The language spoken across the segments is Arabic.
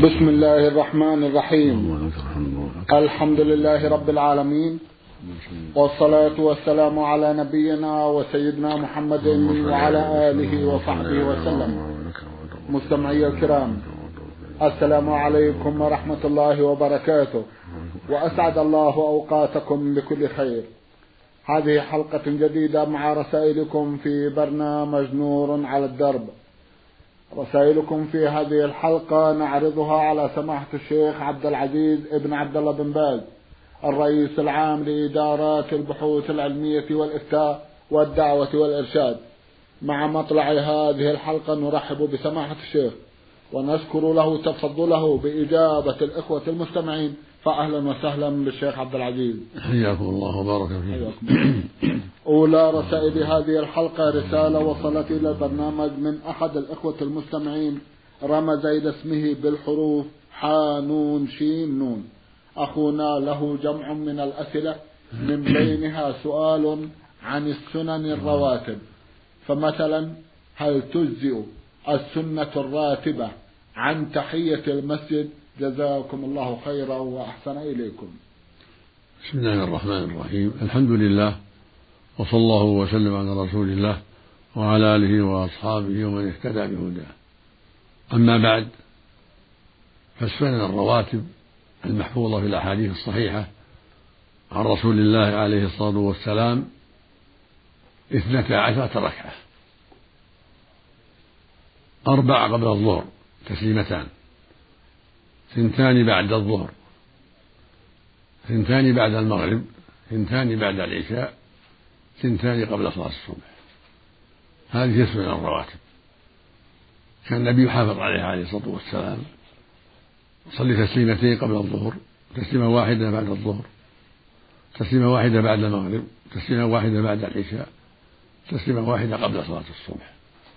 بسم الله الرحمن الرحيم. الحمد لله رب العالمين، والصلاة والسلام على نبينا وسيدنا محمد وعلى آله وصحبه وسلم. مستمعي الكرام، السلام عليكم ورحمة الله وبركاته، وأسعد الله أوقاتكم بكل خير. هذه حلقة جديدة مع رسائلكم في برنامج نور على الدرب. رسائلكم في هذه الحلقة نعرضها على سماحة الشيخ عبد العزيز ابن عبد الله بن باز، الرئيس العام لإدارات البحوث العلمية والإفتاء والدعوة والإرشاد. مع مطلع هذه الحلقة نرحب بسماحة الشيخ ونشكر له تفضله بإجابة الإخوة المستمعين، فأهلا وسهلا بالشيخ عبد العزيز. حياكم الله وبارك فيكم. أولى رسائل هذه الحلقة رسالة وصلت إلى البرنامج من أحد الإخوة المستمعين، رمز إلى اسمه بالحروف حانون شين نون. أخونا له جمع من الأسئلة، من بينها سؤال عن السنن الرواتب، فمثلا هل تجزئ السنة الراتبة عن تحية المسجد؟ جزاكم الله خيرا وأحسن إليكم. بسم الله الرحمن الرحيم. الحمد لله، وصلى الله وسلم على رسول الله وعلى آله وأصحابه ومن اهتدى بهداه. أما بعد، فالسنن الرواتب المحفوظة في الأحاديث الصحيحة عن رسول الله عليه الصلاة والسلام 12 ركعة: 4 قبل الظهر تسليمتان، 2 بعد الظهر، 2 بعد المغرب، 2 بعد العشاء، 2 قبل صلاة الصبح. هذه السنن الرواتب. كان النبي يحافظ عليها عليه الصلاة والسلام، يصلي 2 قبل الظهر، 1 بعد الظهر، 1 بعد المغرب، 1 بعد العشاء، 1 قبل صلاة الصبح.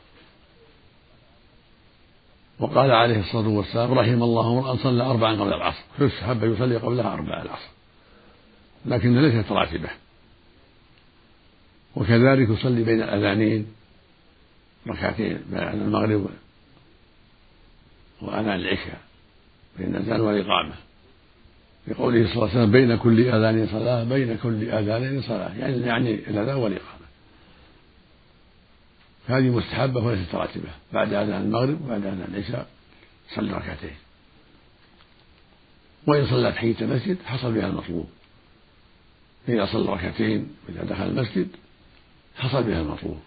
وقال عليه الصلاة والسلام: رحم الله امرأ صلى 4 قبل العصر، فيستحب يصلي قبلها 4 العصر، لكن ليست راتبة. وكذلك يصلي بين الأذانين 2 بعد المغرب وأذان العشاء، بين الأذان والإقامة، لقوله صلى الله عليه وسلم: بين كل أذان صلاة، بين كل أذانين صلاة، يعني الأذان والإقامة. هذه مستحبة وليست راتبة. بعد أذان المغرب وبعد أذان العشاء صلى 2. وإن صلى تحية المسجد حصل بها المطلوب. إذا صلى 2 وإذا دخل المسجد حصل بها المطلوب.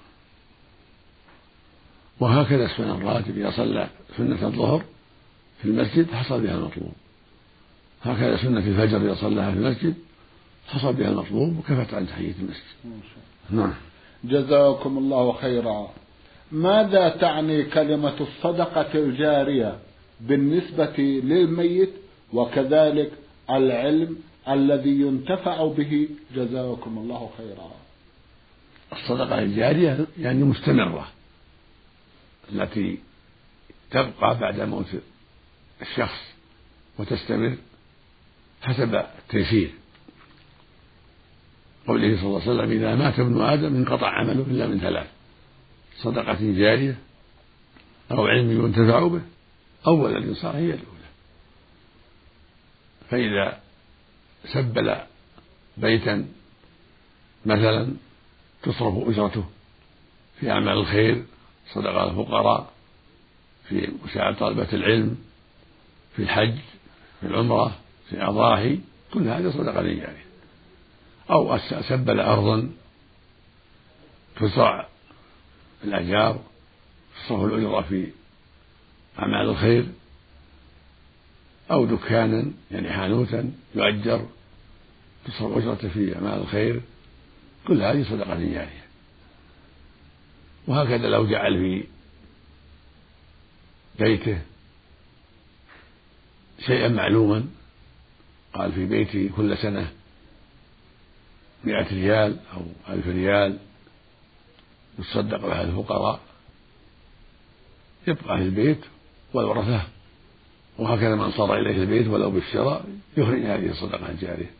وهكذا السنن الراتب، إذا صلى سنة الظهر في المسجد حصل بها المطلوب. هكذا سنة الفجر إذا صلىها في المسجد حصل بها المطلوب وكفت عن تحية المسجد. نعم. جزاكم الله خيرا. ماذا تعني كلمة الصدقة الجارية بالنسبة للميت، وكذلك العلم الذي ينتفع به؟ جزاكم الله خيرا. الصدقة الجارية يعني مستمرة، التي تبقى بعد موت الشخص وتستمر حسب التيسير. قوله صلى الله عليه وسلم: إذا مات ابن آدم انقطع عمله إلا من 3: صدقة جارية، أو علم ينتفع به، أو ولد صالح يدعو له. فإذا سبل بيتا مثلا تصرف أجرته في أعمال الخير، صدقة الفقراء، في مساعدة طلبة العلم، في الحج، في العمرة، في أضاحي، كل هذا صدقة جارية. أو سبل أرضا تزرع الأشجار، تصرف الأجرة في أعمال الخير، أو دكانا يعني حانوتا يؤجر تصرف أجرته في أعمال الخير، كل هذه صدقة جارية. وهكذا لو جعل في بيته شيئا معلوما، قال في بيتي كل سنة 100 ريال أو 1000 ريال يتصدق بها الفقراء، يبقى في البيت والورثة، وهكذا من صار إليه البيت ولو بالشراء يخرج هذه الصدقة الجارية.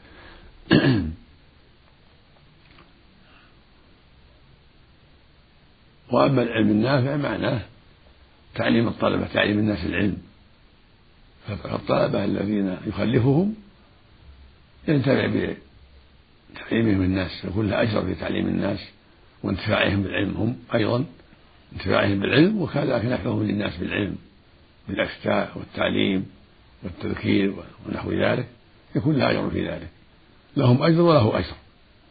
وأما العلم النافع معناه تعليم الطلبة، تعليم الناس العلم، فالطلبة الذين يخلفهم ينتفع بتعليمهم الناس، يكون له أجر في تعليم الناس وانتفاعهم بالعلم، هم أيضا انتفاعهم بالعلم وكذلك نفعهم للناس بالعلم بالإفتاء والتعليم والتذكير ونحو ذلك، يكون له أجر في ذلك، لهم أجر وله أجر،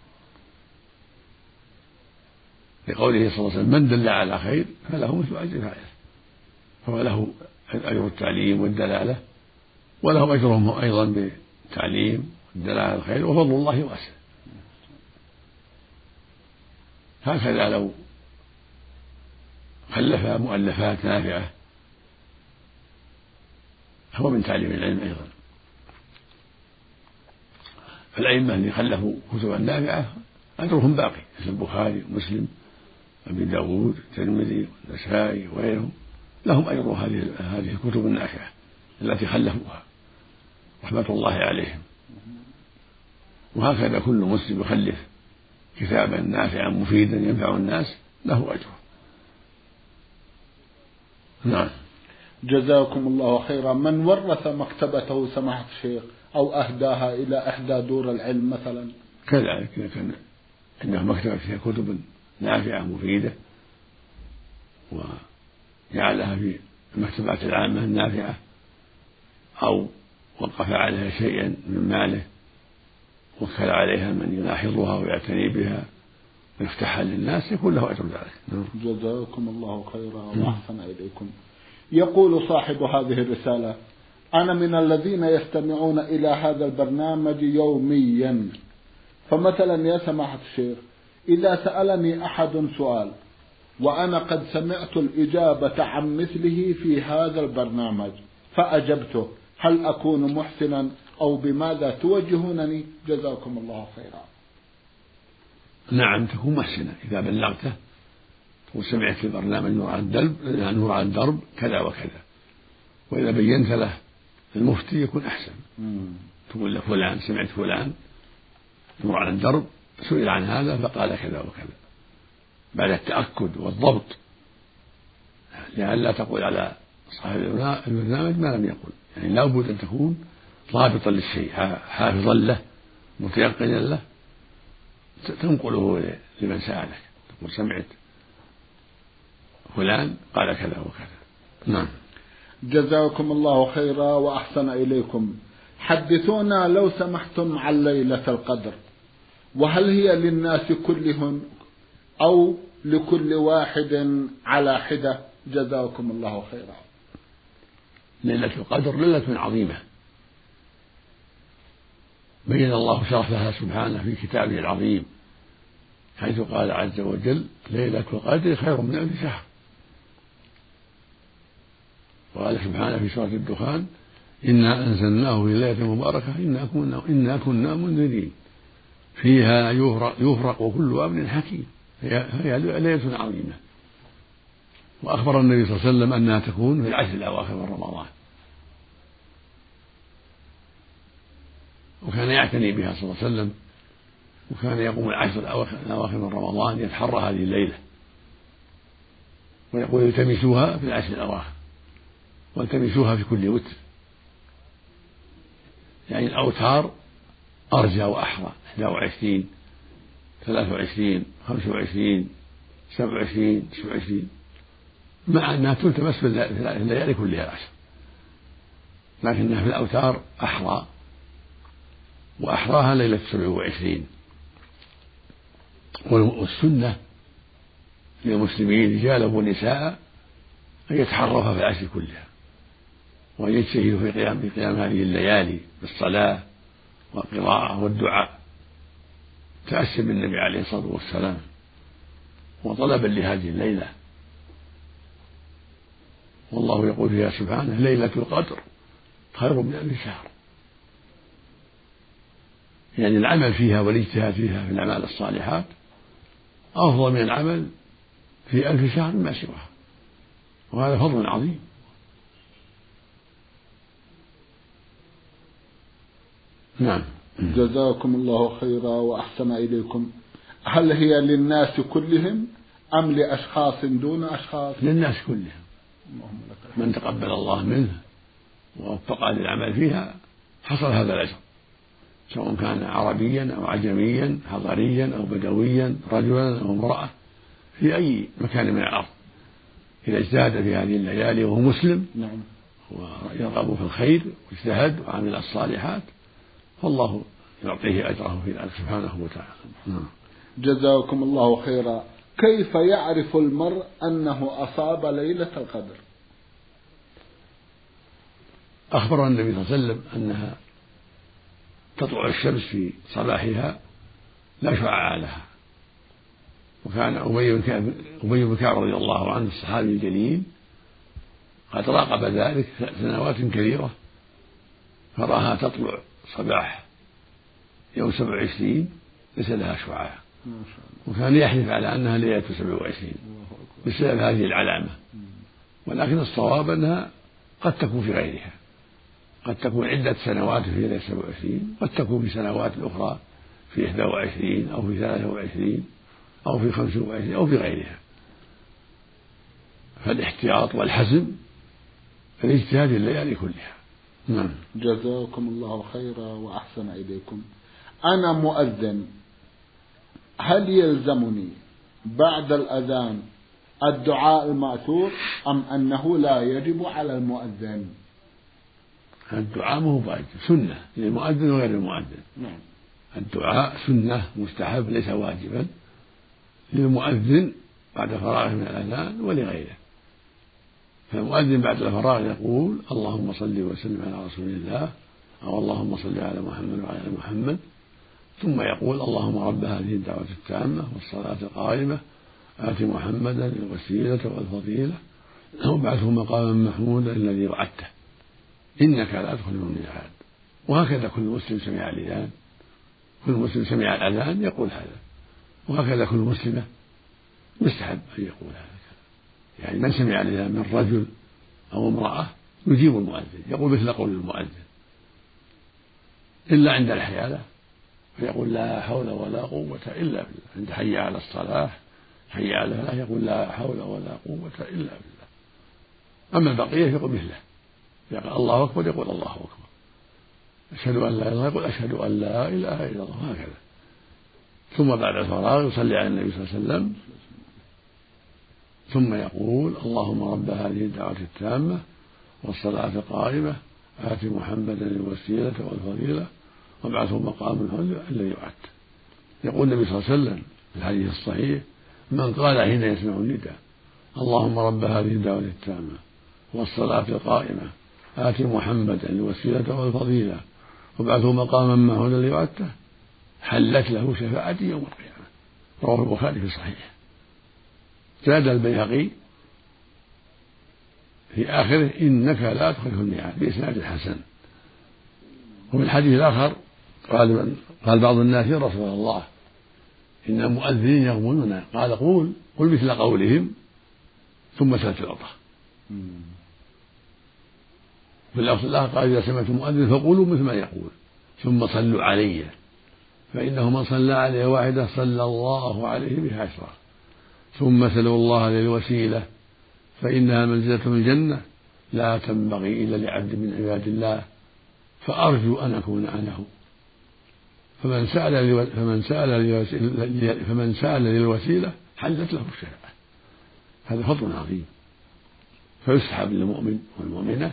لقوله صلى الله عليه وسلم: من دل على خير فله مثل أجر فاعله، فهو له أجر التعليم والدلالة ولهم أجرهم أيضا بالتعليم والدلالة على الخير، وفضل الله واسع. هكذا لو خلف مؤلفات نافعة هو من تعليم العلم أيضا. فالأئمة اللي خلفوا كتبا نافعة أجرهم باقي، مثل البخاري ومسلم أبي داود الترمذي والنسائي وغيرهم، لهم أجر هذه الكتب النافعة التي خلفوها رحمة الله عليهم. وهكذا كل مسلم يخلف كتابا نافعا مفيدا ينفع الناس له أجره. نعم. جزاكم الله خيرا. من ورث مكتبته سماحة الشيخ أو أهداها إلى إحدى دور العلم مثلا؟ كذلك إذا كان عنده مكتبة فيها كتب نافعة مفيدة وجعلها في المكتبات العامة النافعة، أو وقف عليها شيئا من ماله وكل عليها من يلاحظها ويعتني بها ويفتحها للناس، يكون له أجر ذلك. جزاكم الله خيرا وأحسن إليكم. يقول صاحب هذه الرسالة: أنا من الذين يستمعون إلى هذا البرنامج يوميا، فمثلا يا سماحة الشيخ إذا سألني أحد سؤال وأنا قد سمعت الإجابة عن مثله في هذا البرنامج فأجبته، هل أكون محسنا أو بماذا توجهونني؟ جزاكم الله خيرا. نعم، تكون محسنا إذا بلغته وسمعت في البرنامج نور على الدرب كذا وكذا، وإذا بينت له المفتي يكون أحسن. تقول له: فلان سمعت فلان نور على الدرب سئل عن هذا فقال كذا وكذا، بعد التأكد والضبط، لئلا تقول على صاحب البرنامج ما لم يقل. يعني لا بد أن تكون ضابطا للشيء، حافظا له متيقنا له، تنقله لمن سألك، تقول: سمعت فلان قال كذا وكذا. نعم. جزاكم الله خيرا وأحسن إليكم. حدثونا لو سمحتم عن ليلة القدر، وهل هي للناس كلهم أو لكل واحد على حدة؟ جزاكم الله خيرا. ليلة القدر ليلة عظيمة بين الله شرفها سبحانه في كتابه العظيم، حيث قال عز وجل: ليلة القدر خير من 1000 شهر. وقال سبحانه في سورة الدخان: إنا أنزلناه في ليلة مباركة إنا كنا منذرين فيها يفرق كل أمر حكيم. هي ليلة عظيمة. وأخبر النبي صلى الله عليه وسلم أنها تكون في العشر الأواخر من رمضان، وكان يعتني بها صلى الله عليه وسلم، وكان يقوم العشر الأواخر من رمضان يتحرى هذه الليلة ويقول: التمسوها في العشر الأواخر والتمسوها في كل وتر. يعني الأوتار أرجى وأحرى: 21 23 25 27 29، مع أنها تلتمس في الليالي كلها العشر، لكنها في الأوتار أحرى، وأحراها ليلة 27. والسنة للمسلمين رجالا ونساء أن يتحرفوا في العشر كلها، وأن يجتهدوا في قيام هذه الليالي بالصلاة والقراءة والدعاء تأسيا بالنبي عليه الصلاة والسلام وطلبا لهذه الليلة. والله يقول فيها سبحانه: ليلة القدر خير من 1000 شهر. يعني العمل فيها والاجتهاد فيها في الأعمال الصالحات أفضل من العمل في 1000 شهر ما سواها، وهذا فضل عظيم. نعم. جزاكم الله خيرا وأحسن إليكم. هل هي للناس كلهم أم لأشخاص دون أشخاص؟ للناس كلهم، من تقبل الله منه ووفق للعمل فيها حصل هذا الأجر، سواء كان عربيا أو عجميا، حضريا أو بدويا، رجلا أو امرأة، في أي مكان من الأرض، إذا اجتهد في هذه الليالي وهو مسلم ويرغب في الخير واجتهد وعمل الصالحات فالله يعطيه أجره في ذلك سبحانه وتعالى. جزاكم الله خيرا. كيف يعرف المرء أنه أصاب ليلة القدر؟ أخبر النبي صلى الله عليه وسلم أنها تطلع الشمس في صباحها لا شعاع لها، وكان أبي بن كعب رضي الله عنه الصحابي الجليل قد راقب ذلك سنوات كثيرة، فرآها تطلع صباح يوم 27 ليس لها شعاع، وكان يحلف على أنها ليلة 27 بسبب هذه العلامة. ولكن الصواب أنها قد تكون في غيرها، قد تكون عدة سنوات في ليلة 27، قد تكون في سنوات أخرى في 21 أو في 23 أو في 25 أو في غيرها. فالاحتياط والحزم في الاجتهاد الليالي كلها. نعم. جزاكم الله خيرا وأحسن إليكم. أنا مؤذن، هل يلزمني بعد الأذان الدعاء المأثور أم أنه لا يجب على المؤذن؟ الدعاء مو واجب، سنة للمؤذن وغير المؤذن. نعم. الدعاء سنة مستحب ليس واجبا للمؤذن بعد فراغه من الأذان ولغيره. فالمؤذن بعد الفراغ يقول اللهم صل وسلم على رسول الله، أو اللهم صل على محمد وعلى آل محمد، ثم يقول اللهم رب هذه الدعوة التامة والصلاة القائمة آت محمدا الوسيلة والفضيلة وابعثه مقاما محمودا الذي وعدته إنك لا تخلف الميعاد. وهكذا كل مسلم سمع الأذان، كل مسلم سمع الأذان يقول هذا، وهكذا كل مسلمة يستحب أن يقول هذا. يعني من سمع الأذان من رجل أو امرأة يجيب المؤذن، يقول مثل قول المؤذن، إلا عند الحيالة فيقول لا حول ولا قوة إلا بالله. عند حي على الصلاة حي على الفلاح يقول لا حول ولا قوة إلا بالله. أما البقية يقول مثله، يقول الله أكبر يقول الله أكبر، أشهد أن لا إله إلا الله يقول أشهد أن لا إله إلا الله، هكذا. ثم بعد الفراغ يصلي على النبي صلى الله عليه وسلم، ثم يقول اللهم رب هذه الدعوة التامة والصلاة القائمة آت محمدا الوسيلة والفضيلة وابعثه مقام محمود الذي وعدته. يقول النبي صلى الله عليه وسلم في الحديث الصحيح من قال حين يسمع النداء اللهم رب هذه الدعوة التامة والصلاة القائمة آت محمدا الوسيلة والفضيلة وابعثه مقاما محمودا الذي وعدته حلت له شفاعتي يوم القيامة. رواه البخاري في صحيحه. زاد البيهقي في آخره إنك لا تخلف الميعاد بإسناد حسن. وفي الحديث الآخر قال بعض الناس يا رسول الله إن المؤذنين يغموننا، قال قل مثل قولهم ثم سل تعطى. في اللفظ الآخر قال إذا سمعتم المؤذن فقولوا مثل ما يقول ثم صلوا علي فإنه من صلى علي واحدة صلى الله عليه بها عشرة، ثم سلوا الله للوسيلة فإنها منزلة من الجنة لا تنبغي إلا لعبد من عباد الله فأرجو أن أكون أنا هو. فمن سأل للوسيلة حلت له الشفاعة. هذا فضل عظيم. فيسحب للمؤمن والمؤمنة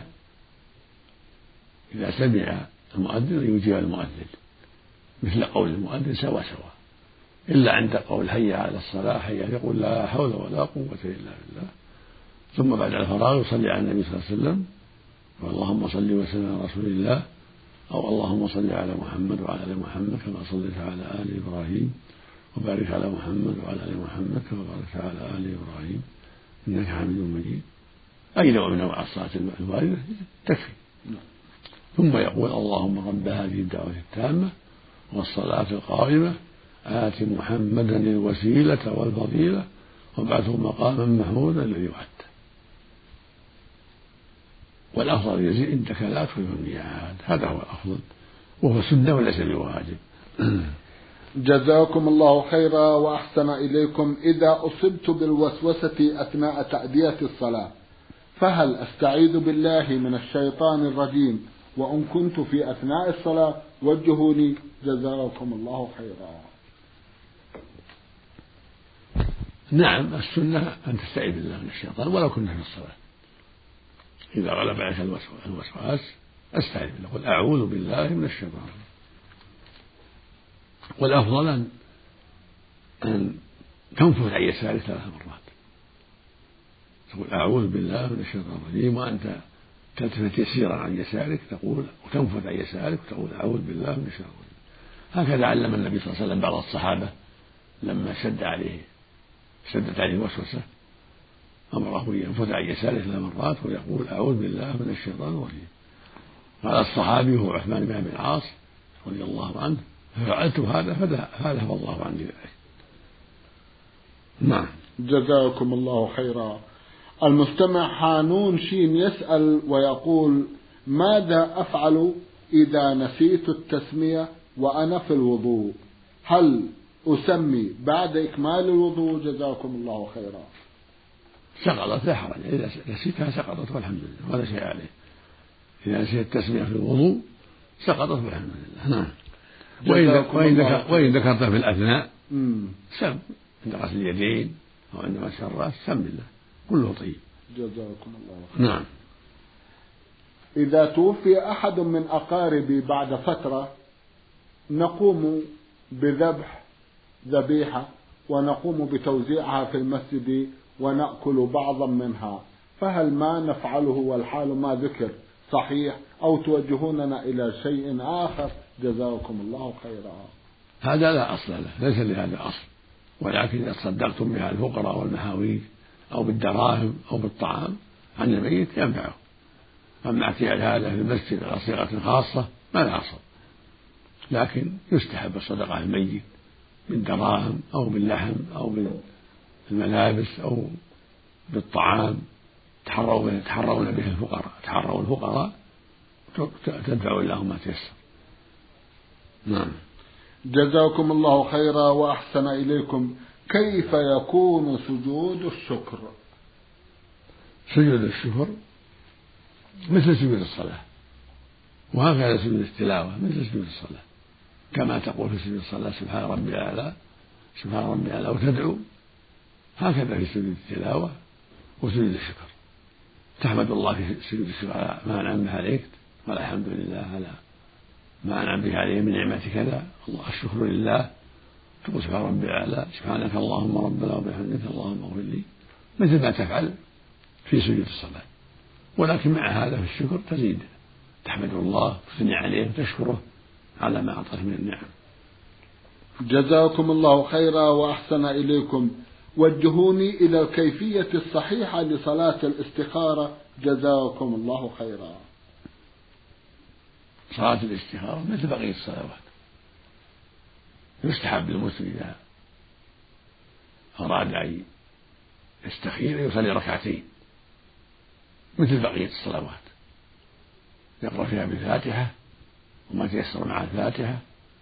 إذا سمع المؤذن أن يجيب المؤذن مثل قول المؤذن سوا إلا عند قول حي على الصلاة حي يقول لا حول ولا قوة إلا بالله. ثم بعد الفراغ يصلي على النبي صلى الله عليه وسلم اللهم صل وسلم على رسول الله، أو اللهم صل على محمد وعلى آل محمد كما صليت على آل إبراهيم وبارك على محمد وعلى آل محمد كما باركت على آل إبراهيم إنك حميد مجيد. أي نوع من أنواع الصلاة الواردة تكفي. ثم يقول اللهم رب هذه الدعوة التامة والصلاة القائمة آت محمدا الوسيلة والفضيلة وابعثه مقاما محمودا الذي وعدته. والأفضل يزيد إنك لا تخلف الميعاد، هذا هو الأفضل وهو سنة وليس بواجب. جزاكم الله خيرا وأحسن إليكم. إذا أصبت بالوسوسة أثناء تأدية الصلاة فهل أستعيذ بالله من الشيطان الرجيم وإن كنت في أثناء الصلاة؟ وجهوني جزاكم الله خيرا. نعم، السنة أن تستعيذ بالله من الشيطان ولو كنا في الصلاة. إذا غلب عليك الوسواس استعذ بالله، قل أعوذ بالله من الشيطان. والأفضل أن تنفث عن يسارك 3 مرات، تقول أعوذ بالله من الشيطان الرجيم، وأنت تلتفت يسيرا عن يسارك تقول، وتنفث عن يسارك وتقول أعوذ بالله من الشيطان الرجيم. هكذا علم النبي صلى الله عليه وسلم بعض الصحابة لما شدت عليه الوسوسة، أمره ينفث عن يساره 3 مرات ويقول أعوذ بالله من الشيطان الرجيم. قال الصحابي هو عثمان بن أبي العاص رضي الله عنه: ففعلت هذا فذهب الله عني ذلك. نعم. جزاكم الله خيرا. المستمع حانون شين يسأل ويقول: ماذا أفعل إذا نسيت التسمية وأنا في الوضوء؟ هل أسمي بعد إكمال الوضوء؟ جزاكم الله خيرا. سقطت لا حرج، إذا نسيتها سقطت والحمد لله ولا شيء عليه. إذا نسيت التسمية في الوضوء سقطت والحمد لله. نعم. وإن ذكرتها في الأثناء سم، عند غسل اليدين أو عند مسح الرأس سم الله، كله طيب. جزاكم الله خيرا. نعم. إذا توفي أحد من أقاربي بعد فترة نقوم بذبح ذبيحة ونقوم بتوزيعها في المسجد ونأكل بعضا منها، فهل ما نفعله والحال ما ذكر صحيح أو توجهوننا إلى شيء آخر؟ جزاكم الله خيرا. هذا لا أصل له، ليس لهذا أصل، ولكن إذا تصدقتم بها الفقراء والمحاويج أو بالدراهم أو بالطعام عن الميت ينفعه. أما اعتياد هذا في المسجد على صيغة خاصة ما لا أصل، لكن يستحب الصدقة على الميت بالدراهم أو باللحم أو بالملابس أو بالطعام، تحرون به الفقراء، تحروا الفقراء تدفعوا لهم ما تيسر. نعم. جزاكم الله خيرا وأحسن إليكم. كيف يكون سجود الشكر؟ سجود الشكر مثل سجود الصلاة، وهكذا سجود التلاوة مثل سجود الصلاة، كما تقول في سجود الصلاة سبحان ربي الأعلى سبحان ربي الأعلى وتدعو، هكذا في سجود التلاوة وسجود الشكر تحمد الله في سجود الشكر على ما أنعم به عليك، والحمد لله على ما أنعم به عليه من نعمة كذا، الله الشكر لله، تقول سبحان ربي الأعلى سبحانك اللهم ربنا وبحمدك اللهم اغفر لي، مثل ما تفعل في سجود الصلاة. ولكن مع هذا في الشكر تزيد، تحمد الله وتثني عليه وتشكره على ما أعطاك من النعم. جزاكم الله خيرا وأحسن إليكم. وجهوني إلى الكيفية الصحيحة لصلاة الاستخارة جزاكم الله خيرا. صلاة الاستخارة مثل بقية الصلوات، يستحب للمسلم إذا أراد أن يستخير يصلي 2 ركعتين مثل بقية الصلوات، يقرأ فيها بالفاتحة وما تيسر مع الفاتحة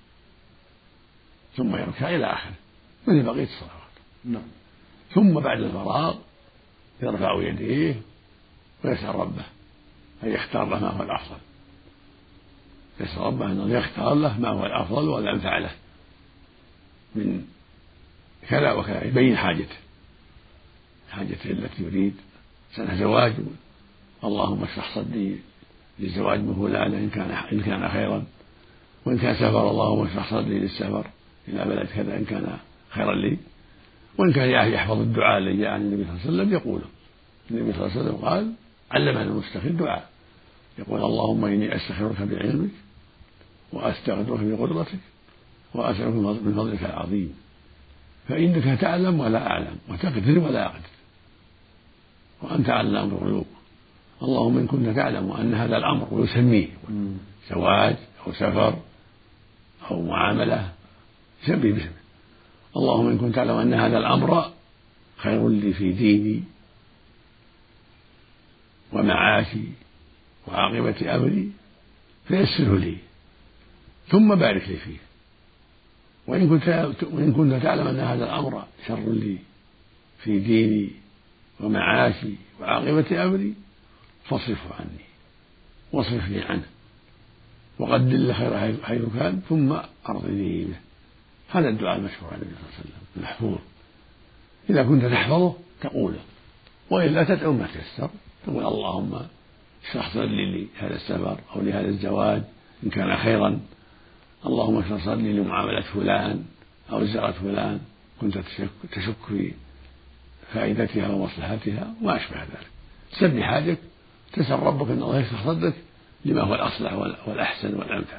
ثم يركع إلى آخره مثل بقية الصلوات. ثم بعد الفراغ يرفع يديه ويسأل ربه أن يختار له ما هو الأفضل، يسأل ربه أنه يختار له ما هو الأفضل والأنفع له من كذا وكذا، يبين حاجته التي يريد، سنة زواج اللهم اشرح صدري للزواج من فلانة إن كان خيرا، وإن كان سفر اللهم اشرح صدري للسفر إلى بلد كذا إن كان خيرا لي، وإن كان يحفظ الدعاء الذي جاء عن النبي صلى الله عليه وسلم يقوله. النبي صلى الله عليه وسلم قال علمنا المستخير دعاء، يقول اللهم إني أستخيرك بعلمك وأستغفرك بقدرتك وأسألك من فضلك العظيم، فإنك تعلم ولا أعلم وتقدر ولا أقدر وأنت علام الغيوب، اللهم إن كنت تعلم أن هذا الأمر ويسميه زواج أو سفر أو معاملة يسميه باسمه، اللهم إن كنت تعلم أن هذا الأمر خير لي في ديني ومعاشي وعاقبة أمري فيسره لي ثم بارك لي فيه، وإن كنت تعلم أن هذا الأمر شر لي في ديني ومعاشي وعاقبة أمري فاصرفه عني واصرفني عنه وقدر لي خير حيث كان ثم أرضني به. هذا الدعاء المشهور عن النبي صلى الله عليه وسلم المحفوظ، إذا كنت تحفظه تقوله، وإلا تدعو ما تيسر، تقول اللهم اشرح صدري لهذا السفر أو لهذا الزواج إن كان خيرا، اللهم اشرح صدري لمعاملة فلان أو زيارة فلان كنت تشك في فائدتها ومصلحتها وما أشبه ذلك. سبح حاجك، تسأل ربك أن الله يشرح صدرك لما هو الأصلح والأحسن والأنفع.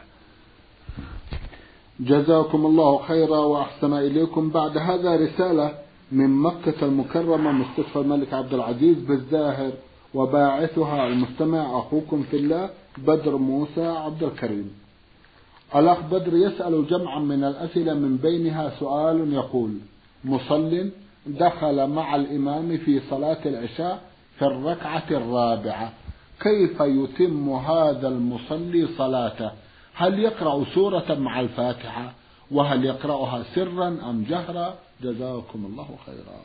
جزاكم الله خيرا وأحسن إليكم. بعد هذا رسالة من مكة المكرمة مستشفى الملك عبد العزيز بالزاهر، وباعثها المستمع أخوكم في الله بدر موسى عبد الكريم. الأخ بدر يسأل جمعا من الأسئلة، من بينها سؤال يقول: مصل دخل مع الإمام في صلاة العشاء في الركعة الرابعة، كيف يتم هذا المصلي صلاته؟ هل يقرأ سورة مع الفاتحة؟ وهل يقرأها سرا أم جهرا؟ جزاكم الله خيرا.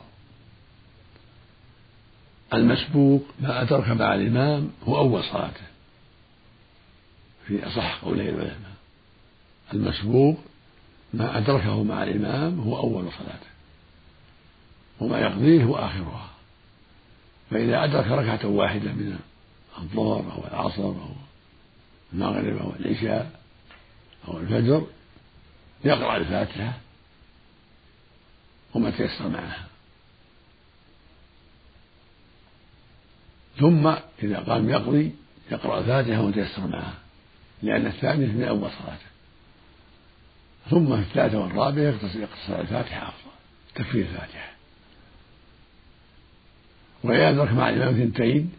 المسبوق ما أدرك مع الإمام هو أول صلاته في أصح قولي العلماء. المسبوق ما أدركه مع الإمام هو أول صلاته، وما يقضيه هو آخرها. فإذا أدرك ركعة واحدة من الظهر أو العصر أو المغرب أو العشاء أو الفجر يقرأ الفاتحة وما تيسر معها، ثم إذا قام يقضي يقرأ الفاتحة وما تيسر معها، لأن الثانية من أول صلاته. ثم في الثالثة والرابعة يقتصر الفاتحة أفضل، تكفي الفاتحة. وإذا أدرك مع الإمام ثنتين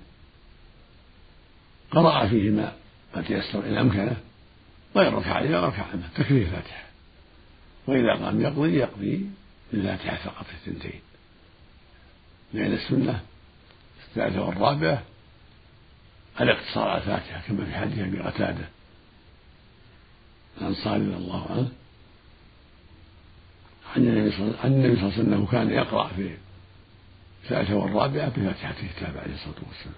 قرأ فيهما ما تيسر إن أمكنه، غير ركعة معه، تكفيه الفاتحة. وإذا قام يقضي بالفاتحة فقط في الثنتين، لأن السنة الثالثة والرابعة الاقتصار على الفاتحة، كما في حديث أبي قتادة الأنصاري رضي الله عنه عن النبي صلى الله عليه وسلم أنه كان يقرأ في الثالثة والرابعة بفاتحة الكتاب عليه الصلاة والسلام.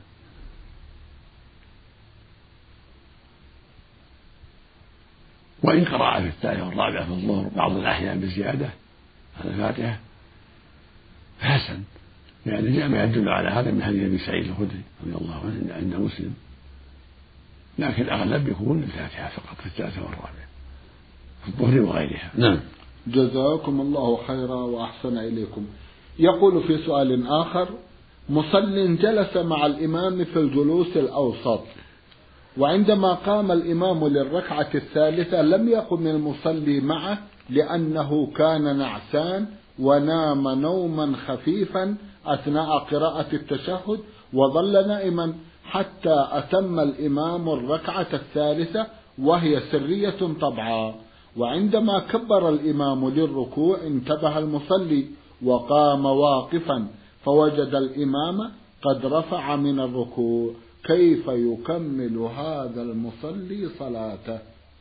وإن قرأ في الثالثة والرابعة في الظهر بعض الأحيان بزيادة على الفاتحة فحسن، يعني جاء ما يدل على هذا من حديث أبي سعيد الخدري رضي الله عنه عند مسلم، لكن الأغلب يكون الفاتحة فقط في الثالثة والرابعة في الظهر وغيرها. نعم. جزاكم الله خيرا وأحسن إليكم. يقول في سؤال آخر: مصل جلس مع الإمام في الجلوس الأوسط، وعندما قام الإمام للركعة الثالثة لم يقم المصلي معه لأنه كان نعسان ونام نوما خفيفا أثناء قراءة التشهد، وظل نائما حتى أتم الإمام الركعة الثالثة وهي سرية طبعا. وعندما كبر الإمام للركوع انتبه المصلي وقام واقفا، فوجد الإمام قد رفع من الركوع، كيف يكمل هذا المصلي صلاته؟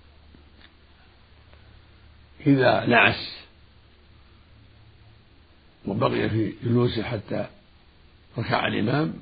إذا نعس وبقي في جلوسه حتى ركع الإمام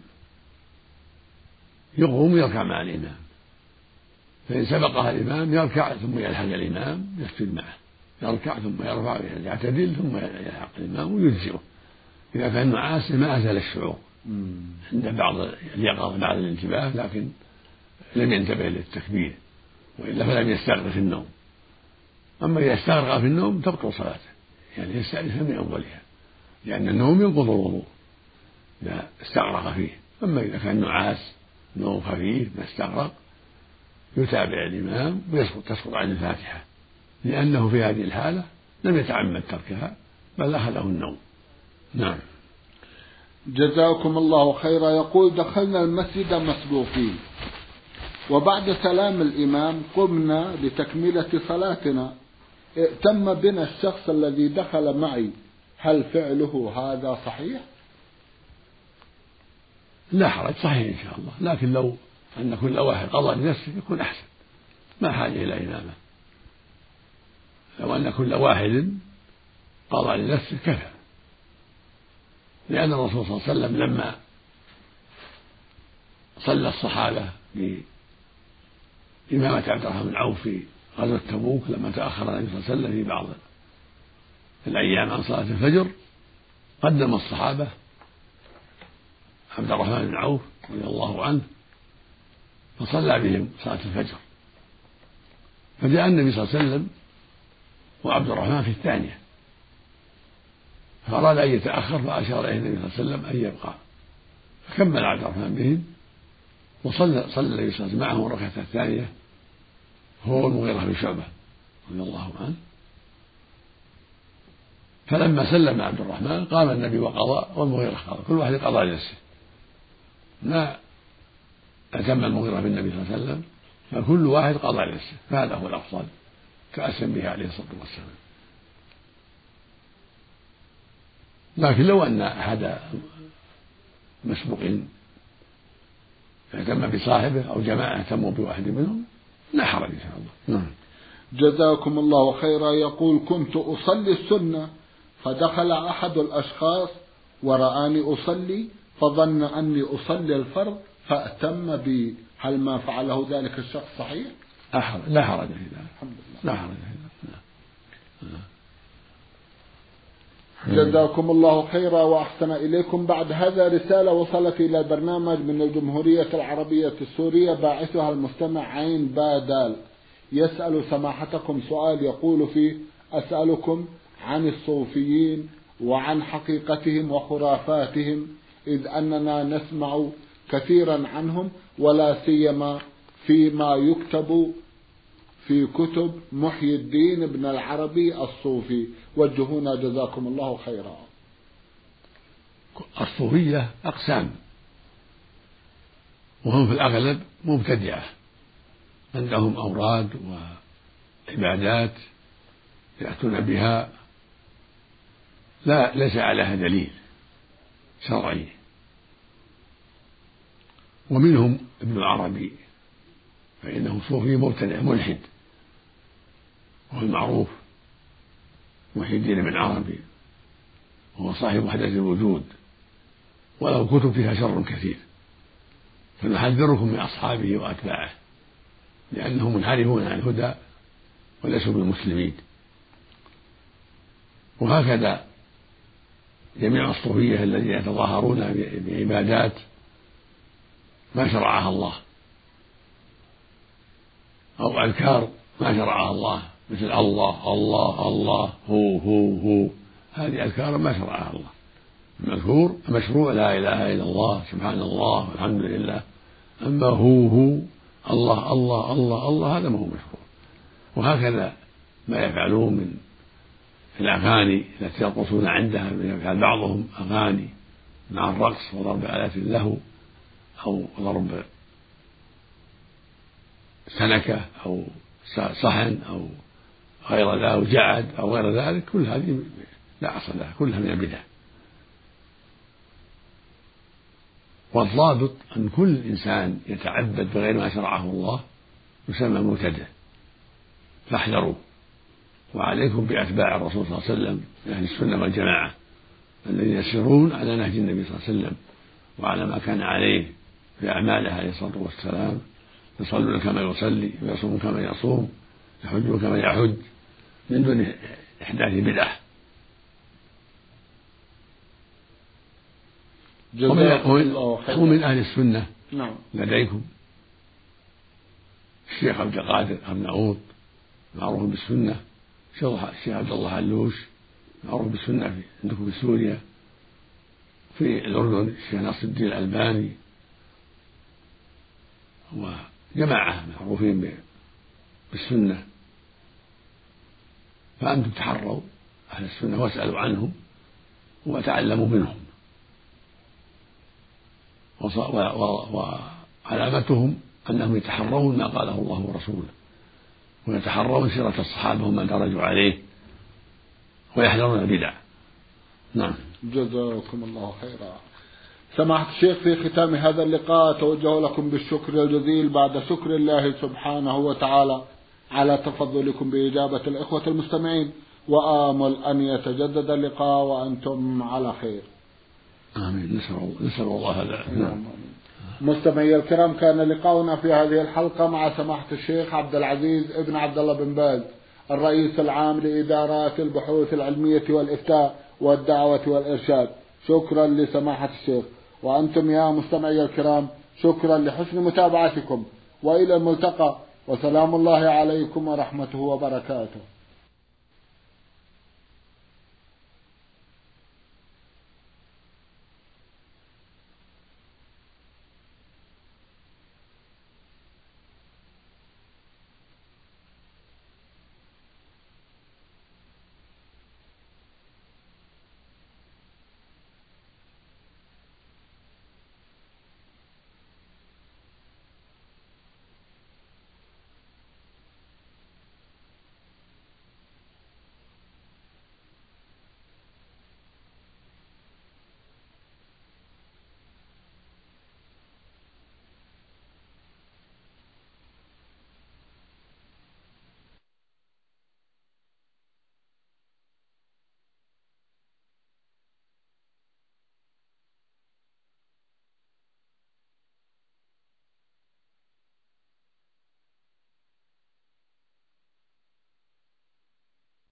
يقوم يركع مع الإمام، فإن سبقها الإمام يركع ثم يلحق الإمام يسجد معه، يركع ثم يرفع يعتدل ثم يلحق الإمام ويجزئه. إذا كان نعاس ما أزال الشعور عند بعض اليقظة بعد الانتباه، لكن لم ينتبه للتكبير، وإلا فلم يستغرق في النوم. أما إذا استغرق في النوم تبطل صلاته، يعني يستأنفها من أولها، لأن النوم ينقض الوضوء إذا استغرق فيه. أما إذا كان نعاس نوم خفيف ما استغرق يتابع الإمام وتسقط عن الفاتحة، لأنه في هذه الحالة لم يتعمد تركها بل أخذه النوم. نعم. جزاكم الله خيرا. يقول: دخلنا المسجد مسبوقين، وبعد سلام الإمام قمنا لتكملة صلاتنا، ائتم بنا الشخص الذي دخل معي، هل فعله هذا صحيح؟ لا حرج، صحيح إن شاء الله، لكن لو أن كل واحد قضى لنفسه يكون أحسن، ما حاجة إلى إمامة. لو أن كل واحد قضى لنفسه كفى، لأن الرسول صلى الله عليه وسلم لما صلى الصحابة بإمامة عبد الرحمن بن عوف في غزوة تبوك لما تأخر النبي صلى الله عليه وسلم في بعض الأيام عن صلاة الفجر، قدم الصحابة عبد الرحمن بن عوف رضي الله عنه فصلى بهم صلاة الفجر، فجاء النبي صلى الله عليه وسلم وعبد الرحمن في الثانية، فأراد أن يتأخر فأشار إليه النبي صلى الله عليه وسلم أن يبقى، فكمل عبد الرحمن بهم وصلى النبي صلى الله عليه وسلم معهم الركعة الثانية هو المغيرة بن شعبة رضي الله عنه. فلما سلم عبد الرحمن قام النبي وقضى والمغيرة قضى، كل واحد قضى لنفسه، ما أتم المغيرة بالنبي صلى الله عليه وسلم، فكل واحد قضى لنفسه، فهذا هو الأفضل كأسلم به عليه الصلاة والسلام. لكن لو أن أحد مسبوقين اهتم بصاحبه أو جماعة اهتموا بواحد منهم لا حرج إن شاء الله. نعم. جزاكم الله خيرا. يقول: كنت أصلي السنة فدخل أحد الأشخاص ورآني أصلي فظن أني أصلي الفرض فأتم بي، هل ما فعله ذلك الشخص صحيح؟ لا حرج في ذلك. الحمد لله. لا حرج في ذلك. جزاكم الله خيرا وأحسن إليكم. بعد هذا رسالة وصلت إلى البرنامج من الجمهورية العربية السورية، باعثها المستمع عين بادال، يسأل سماحتكم سؤال يقول فيه: أسألكم عن الصوفيين وعن حقيقتهم وخرافاتهم، إذ أننا نسمع كثيرا عنهم ولا سيما فيما يكتب في كتب محي الدين ابن العربي الصوفي، وجهونا جزاكم الله خيرا. الصوفية أقسام، وهم في الأغلب مبتدعة، عندهم أوراد وعبادات يأتون بها ليس عليها دليل شرعي. ومنهم ابن العربي فإنه صوفي مبتدع ملحد، وهو المعروف محي الدين بن عربي، وهو صاحب وحدة الوجود، وله كتب فيها شر كثير، فنحذركم من أصحابه وأتباعه لأنهم منحرفون عن الهدى وليسوا بالمسلمين. وهكذا جميع الصوفية الذين يتظاهرون بعبادات ما شرعها الله أو أذكار ما شرعها الله، مثل الله الله الله هو، هذه أذكار ما شرعها الله. المذكور المشروع لا إله إلا الله سبحان الله والحمد لله، أما هو الله الله الله الله هذا ما هو مشروع. وهكذا ما يفعلون من الأغاني التي يرقصون عندها، يفعل بعضهم أغاني مع الرقص وضرب آلات اللهو أو ضرب سنكة أو صحن أو غير ذلك أو جعد أو غير ذلك، كل هذه لا أصل لها، كلها من البدع. والضابط أن كل إنسان يتعبد بغير ما شرعه الله يسمى مبتدع، فاحذروا. وعليكم بأتباع الرسول صلى الله عليه وسلم من أهل السنة والجماعة الذين يسيرون على نهج النبي صلى الله عليه وسلم وعلى ما كان عليه في أعماله عليه الصلاة والسلام، يصلون كما يصلي ويصومون كما يصوم يحجون كما يحج من دون إحداث بدعة. ومن أهل السنة لديكم الشيخ عبد القادر أرناؤوط معروف بالسنة، الشيخ عبد الله علوش معروف بالسنة عندكم في سوريا، في الأردن الشيخ ناصر الدين الألباني، وجماعة معروفين بالسنة. فأنتم تحروا أهل السنة واسألوا عنهم وتعلموا منهم، وعلامتهم أنهم يتحرون ما قاله الله ورسوله، ويتحرون سيرة الصحابة ومن درجوا عليه، ويحذرون البدع. نعم. جزاكم الله خيرا. سماحة الشيخ، في ختام هذا اللقاء أتوجه لكم بالشكر الجزيل بعد شكر الله سبحانه وتعالى على تفضلكم بإجابة الإخوة المستمعين، وآمل أن يتجدد اللقاء وأنتم على خير. آمين. نسأل الله هذا. نعم. مستمعي الكرام، كان لقاؤنا في هذه الحلقة مع سماحة الشيخ عبد العزيز ابن عبد الله بن باز، الرئيس العام لإدارات البحوث العلمية والإفتاء والدعوة والإرشاد. شكرا لسماحة الشيخ. وأنتم يا مستمعي الكرام شكرا لحسن متابعتكم، وإلى الملتقى، وسلام الله عليكم ورحمته وبركاته.